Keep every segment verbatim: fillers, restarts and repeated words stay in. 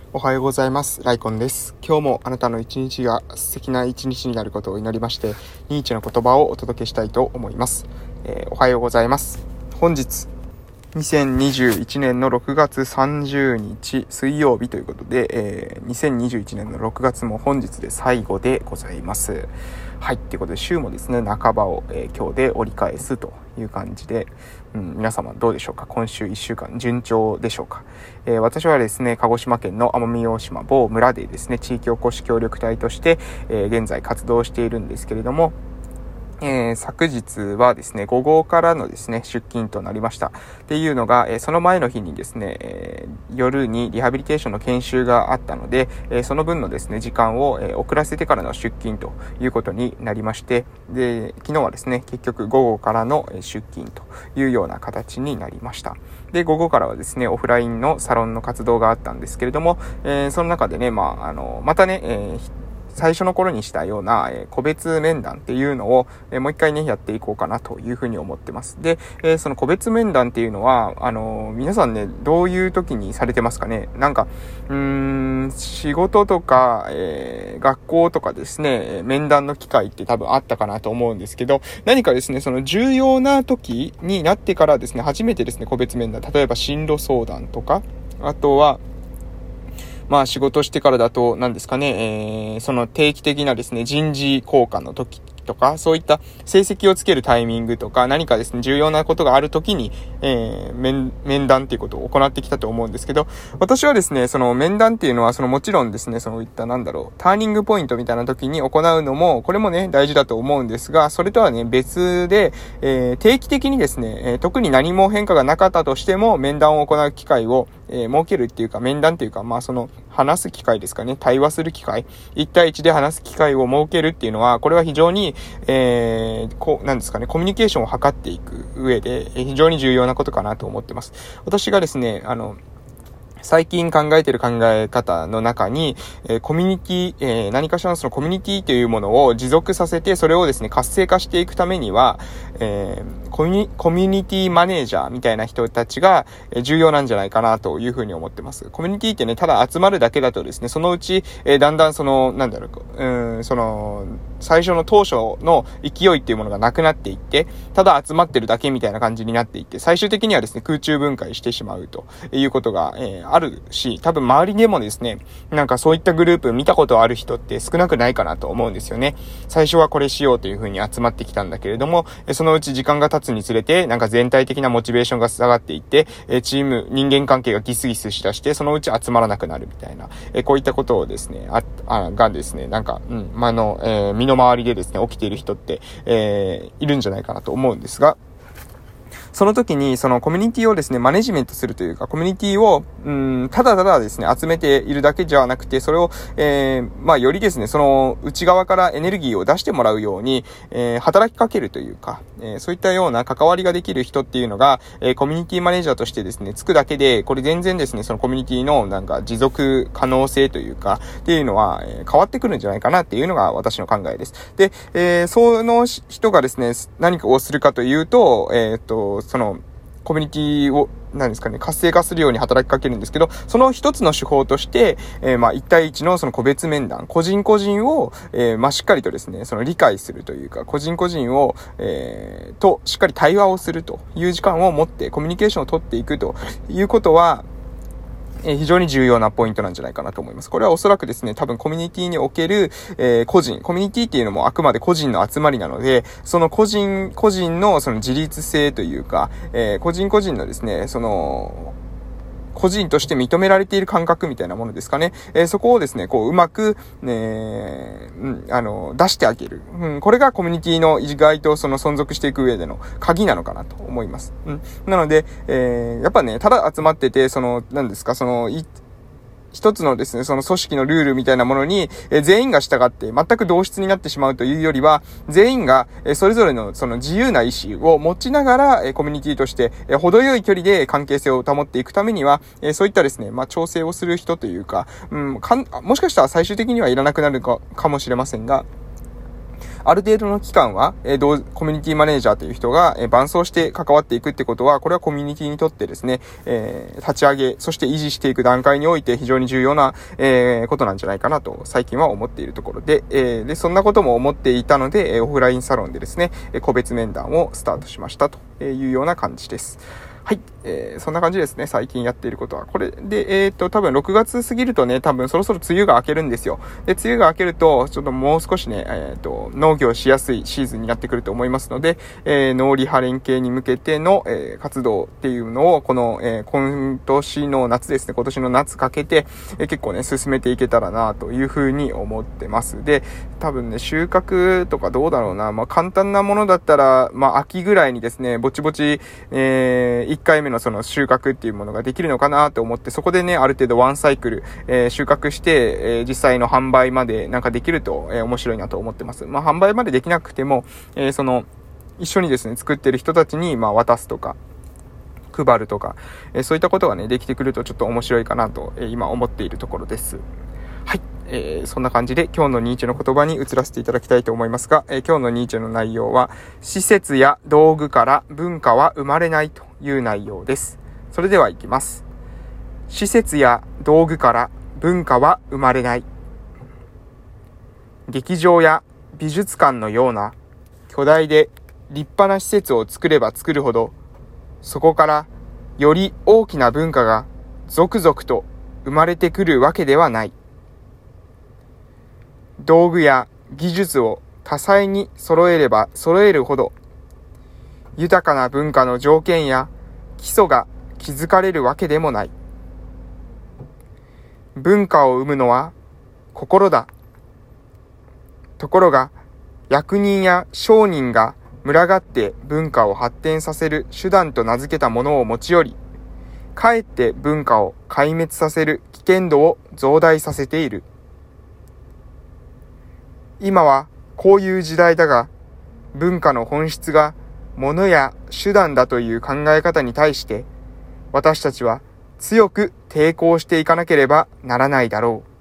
おはようございます。ライコンです。今日もあなたの一日が素敵な一日になることを祈りまして、ニーチェの言葉をお届けしたいと思います。えー、おはようございます。本日、にせんにじゅういちねんのろくがつさんじゅうにち水曜日ということで、えー、にせんにじゅういちねんのろくがつも本日で最後でございます。はい、ということで週もですね、半ばを、えー、今日で折り返すという感じで、うん、皆様どうでしょうか。今週いっしゅうかん順調でしょうか。えー、私はですね、鹿児島県の奄美大島某村でですね、地域おこし協力隊として、えー、現在活動しているんですけれども、えー、昨日はですね、午後からのですね、出勤となりました。っていうのが、えー、その前の日にですね、えー、夜にリハビリテーションの研修があったので、えー、その分のですね、時間を、えー、遅らせてからの出勤ということになりまして、で、昨日はですね、結局午後からの出勤というような形になりました。で、午後からはですね、オフラインのサロンの活動があったんですけれども、えー、その中でね、まあ、あの、またね、えー最初の頃にしたような、えー、個別面談っていうのを、えー、もう一回ねやっていこうかなというふうに思ってます。で、えー、その個別面談っていうのはあのー、皆さんねどういう時にされてますかね。なんかうーん仕事とか、えー、学校とかですね面談の機会って多分あったかなと思うんですけど、何かですねその重要な時になってからですね初めてですね個別面談、例えば進路相談とか、あとはまあ仕事してからだと何ですかね、えー、その定期的なですね人事交換の時とか、そういった成績をつけるタイミングとか、何かですね重要なことがある時に、えー、面面談っていうことを行ってきたと思うんですけど、私はですねその面談っていうのはそのもちろんですねそういったなんだろうターニングポイントみたいな時に行うのもこれもね大事だと思うんですが、それとはね別で、えー、定期的にですね、えー、特に何も変化がなかったとしても面談を行う機会を、えー、設けるっていうか、面談っていうかまあその話す機会ですかね、対話する機会、一対一で話す機会を設けるっていうのは、これは非常に、えー、こう、なんですかね、コミュニケーションを図っていく上で、非常に重要なことかなと思ってます。私がですね、あの、最近考えている考え方の中に、えー、コミュニティ、えー、何かしらのそのコミュニティというものを持続させて、それをですね、活性化していくためには、えー、コミュニ、コミュニティマネージャーみたいな人たちが重要なんじゃないかなというふうに思ってます。コミュニティってね、ただ集まるだけだとですね、そのうち、えー、だんだんその、なんだろう、うん、その、最初の当初の勢いっていうものがなくなっていって、ただ集まってるだけみたいな感じになっていって、最終的にはですね、空中分解してしまうということが、えー、あるし、多分周りでもですね、なんかそういったグループ見たことある人って少なくないかなと思うんですよね。最初はこれしようという風に集まってきたんだけれども、そのうち時間が経つにつれて、なんか全体的なモチベーションが下がっていって、チーム、人間関係がギスギスしだして、そのうち集まらなくなるみたいな、こういったことをですね、あ、あがですね、なんか、うん、まあの、えー、身の回りでですね、起きている人って、えー、いるんじゃないかなと思うんですが、その時にそのコミュニティをですねマネジメントするというか、コミュニティをうんただただですね集めているだけじゃなくて、それを、えー、まあよりですねその内側からエネルギーを出してもらうように、えー、働きかけるというか、えー、そういったような関わりができる人っていうのが、えー、コミュニティマネージャーとしてですねつくだけで、これ全然ですねそのコミュニティのなんか持続可能性というかっていうのは、えー、変わってくるんじゃないかなっていうのが私の考えです。で、えー、その人がですね何かをするかというと、えー、っとそのコミュニティを何ですかね活性化するように働きかけるんですけど、その一つの手法として、えー、まあ一対一のその個別面談、個人個人を、えー、まあしっかりとですねその理解するというか、個人個人を、えー、としっかり対話をするという時間を持ってコミュニケーションを取っていくということは、えー、非常に重要なポイントなんじゃないかなと思います。これはおそらくですね、多分コミュニティにおける、えー、個人、コミュニティっていうのもあくまで個人の集まりなので、その個人、個人のその自立性というか、えー、個人個人のですね、その、個人として認められている感覚みたいなものですかね。えー、そこをですね、こう、うまく、ね、うん、あの、出してあげる。うん、これがコミュニティの意外とその存続していく上での鍵なのかなと思います。うん。なので、えー、やっぱね、ただ集まってて、その、何ですか、その、い一つのですね、その組織のルールみたいなものに、えー、全員が従って全く同質になってしまうというよりは、全員が、えー、それぞれのその自由な意思を持ちながら、えー、コミュニティとして、えー、程よい距離で関係性を保っていくためには、えー、そういったですね、まあ、調整をする人というか、うん、かん、もしかしたら最終的にはいらなくなるか、かもしれませんが、 ある程度の期間は、えー、どうコミュニティマネージャーという人が、えー、伴走して関わっていくってことは、これはコミュニティにとってですね、えー、立ち上げ、そして維持していく段階において非常に重要な、えー、ことなんじゃないかなと最近は思っているところで、えー、で、そんなことも思っていたので、えー、オフラインサロンでですね、個別面談をスタートしましたというような感じです。はい、えー、そんな感じですね。最近やっていることは。これで、えーっと、多分ろくがつ過ぎるとね、多分そろそろ梅雨が明けるんですよ。で、梅雨が明けると、ちょっともう少しね、えーっと、農業しやすいシーズンになってくると思いますので、えー、農利ハ連携に向けての、えー、活動っていうのを、この、えー、今年の夏ですね、今年の夏かけて、えー、結構ね、進めていけたらなというふうに思ってます。で、多分ね、収穫とかどうだろうな、まあ、簡単なものだったら、まあ、秋ぐらいにですね、ぼちぼち、えー、いっかいめのその収穫っていうものができるのかなと思って、そこでね、ある程度ワンサイクル、えー、収穫して、えー、実際の販売までなんかできると、えー、面白いなと思ってます。まあ、販売までできなくても、えー、その、一緒にですね、作ってる人たちに、まあ、渡すとか、配るとか、えー、そういったことがね、できてくるとちょっと面白いかなと、えー、今思っているところです。はい。えー、そんな感じで今日のニーチェの言葉に移らせていただきたいと思いますが、えー、今日のニーチェの内容は、施設や道具から文化は生まれないという内容です。それでは行きます。施設や道具から文化は生まれない。劇場や美術館のような巨大で立派な施設を作れば作るほど、そこからより大きな文化が続々と生まれてくるわけではない。道具や技術を多彩に揃えれば揃えるほど、豊かな文化の条件や基礎が築かれるわけでもない。文化を生むのは心だ。ところが、役人や商人が群がって文化を発展させる手段と名付けたものを持ち寄り、かえって文化を壊滅させる危険度を増大させている。今はこういう時代だが、文化の本質が物や手段だという考え方に対して、私たちは強く抵抗していかなければならないだろ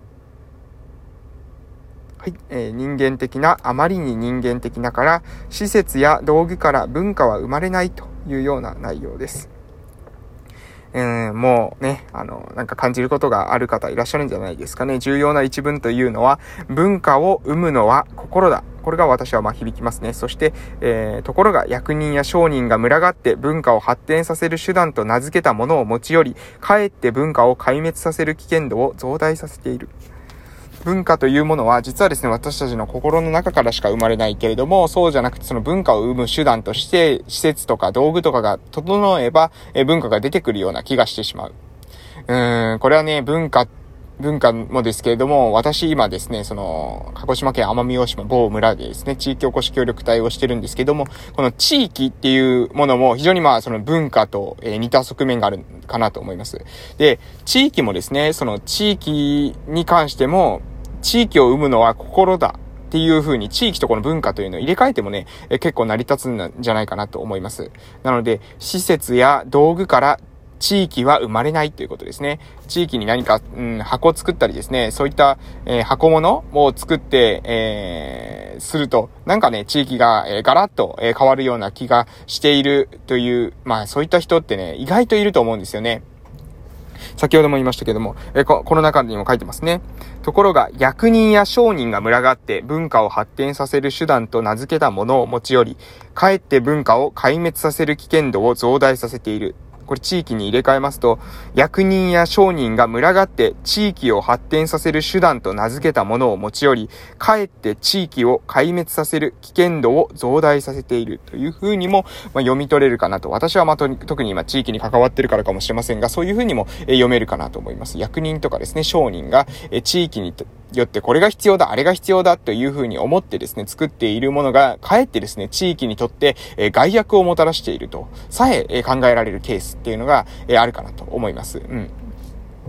う。はい、えー、人間的な、あまりに人間的なから、施設や道具から文化は生まれないというような内容です。えー、もうね、あの、なんか感じることがある方いらっしゃるんじゃないですかね。重要な一文というのは、文化を生むのは心だ。これが私はまあ響きますね。そして、えー、ところが役人や商人が群がって文化を発展させる手段と名付けたものを持ち寄り、かえって文化を壊滅させる危険度を増大させている。文化というものは実はですね、私たちの心の中からしか生まれないけれども、そうじゃなくてその文化を生む手段として施設とか道具とかが整えば、え文化が出てくるような気がしてしまう。うーん、これはね、文化、文化もですけれども、私今ですね、その、鹿児島県奄美大島某村でですね、地域おこし協力隊をしてるんですけども、この地域っていうものも非常にまあその文化と似た側面があるかなと思います。で、地域もですね、その地域に関しても、地域を生むのは心だっていう風に地域とこの文化というのを入れ替えてもね、え結構成り立つんじゃないかなと思います。なので、施設や道具から地域は生まれないということですね。地域に何か、うん、箱を作ったりですね、そういった、えー、箱物を作って、えー、すると、なんかね、地域が、えー、ガラッと、えー、変わるような気がしているという、まあそういった人ってね、意外といると思うんですよね。先ほども言いましたけども、えこ、この中にも書いてますね。ところが、役人や商人が群がって文化を発展させる手段と名付けたものを持ち寄り、かえって文化を壊滅させる危険度を増大させている。これ地域に入れ替えますと、役人や商人が群がって地域を発展させる手段と名付けたものを持ち寄り、かえって地域を壊滅させる危険度を増大させているというふうにも、まあ、読み取れるかなと。私はまあと特に今地域に関わってるからかもしれませんが、そういうふうにも読めるかなと思います。役人とかですね、商人が地域によってこれが必要だ、あれが必要だというふうに思ってですね、作っているものが、かえってですね、地域にとって害悪をもたらしているとさえ考えられるケースっていうのがあるかなと思います。うん。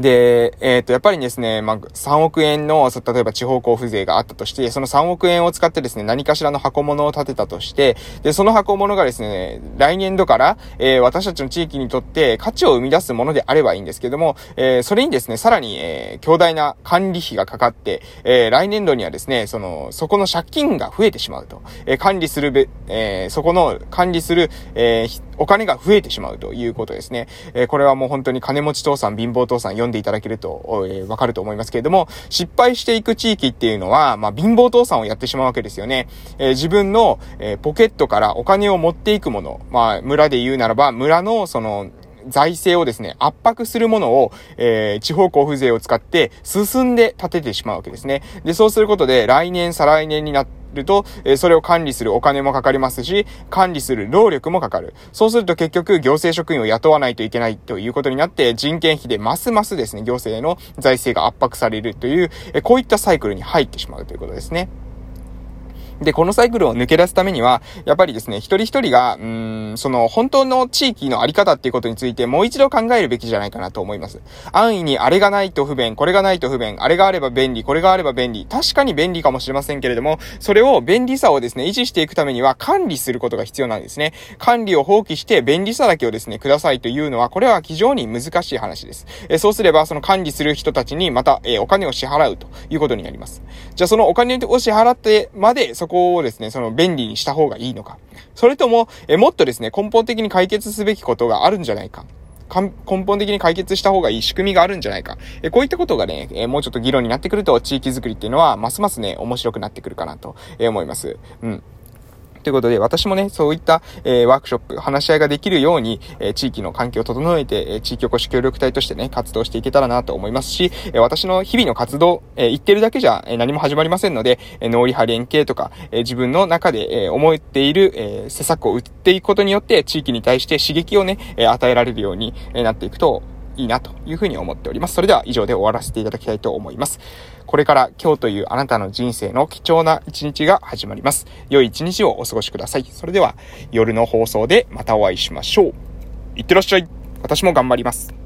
で、えっと、やっぱりですね、まあ、さんおくえんの、例えば地方交付税があったとして、そのさんおくえんを使ってですね、何かしらの箱物を建てたとして、で、その箱物がですね、来年度から、えー、私たちの地域にとって価値を生み出すものであればいいんですけども、えー、それにですね、さらに、えー、強大な管理費がかかって、えー、来年度にはですね、その、そこの借金が増えてしまうと。えー、管理するべ、えー、そこの管理する、えー、お金が増えてしまうということですね。えー、これはもう本当に金持ち父さん、貧乏父さん読んでいただけると、えー、わかると思いますけれども、失敗していく地域っていうのは、まあ、貧乏父さんをやってしまうわけですよね。えー、自分の、えー、ポケットからお金を持っていくもの、まあ、村で言うならば、村のその、財政をですね、圧迫するものを、えー、地方交付税を使って進んで立ててしまうわけですね。で、そうすることで、来年、再来年になって、ると、えー、それを管理するお金もかかりますし、管理する労力もかかる。そうすると結局行政職員を雇わないといけないということになって、人件費でますますですね、行政の財政が圧迫されるという、えー、こういったサイクルに入ってしまうということですね。で、このサイクルを抜け出すためには、やっぱりですね、一人一人が、うーん、その、本当の地域のあり方っていうことについて、もう一度考えるべきじゃないかなと思います。安易に、あれがないと不便、これがないと不便、あれがあれば便利、これがあれば便利。確かに便利かもしれませんけれども、それを、便利さをですね、維持していくためには、管理することが必要なんですね。管理を放棄して、便利さだけをですね、くださいというのは、これは非常に難しい話です。えそうすれば、その管理する人たちに、また、えお金を支払うということになります。じゃあ、そのお金を支払ってまで、そこをですね、その、便利にした方がいいのか。それとも、え、もっとですね、根本的に解決すべきことがあるんじゃないか。根本的に解決した方がいい仕組みがあるんじゃないか。え、こういったことがね、え、もうちょっと議論になってくると、地域づくりっていうのは、ますますね、面白くなってくるかなと思います。うん。ということで、私もね、そういった、えー、ワークショップ、話し合いができるように、えー、地域の環境を整えて、えー、地域おこし協力隊としてね、活動していけたらなと思いますし、えー、私の日々の活動、えー、言ってるだけじゃ、えー、何も始まりませんので、えー、農林派連携とか、えー、自分の中で、えー、思っている、えー、施策を打っていくことによって、地域に対して刺激をね、えー、与えられるように、えー、なっていくと、いいなというふうに思っております。それでは以上で終わらせていただきたいと思います。これから今日というあなたの人生の貴重な一日が始まります。良い一日をお過ごしください。それでは夜の放送でまたお会いしましょう。いってらっしゃい。私も頑張ります。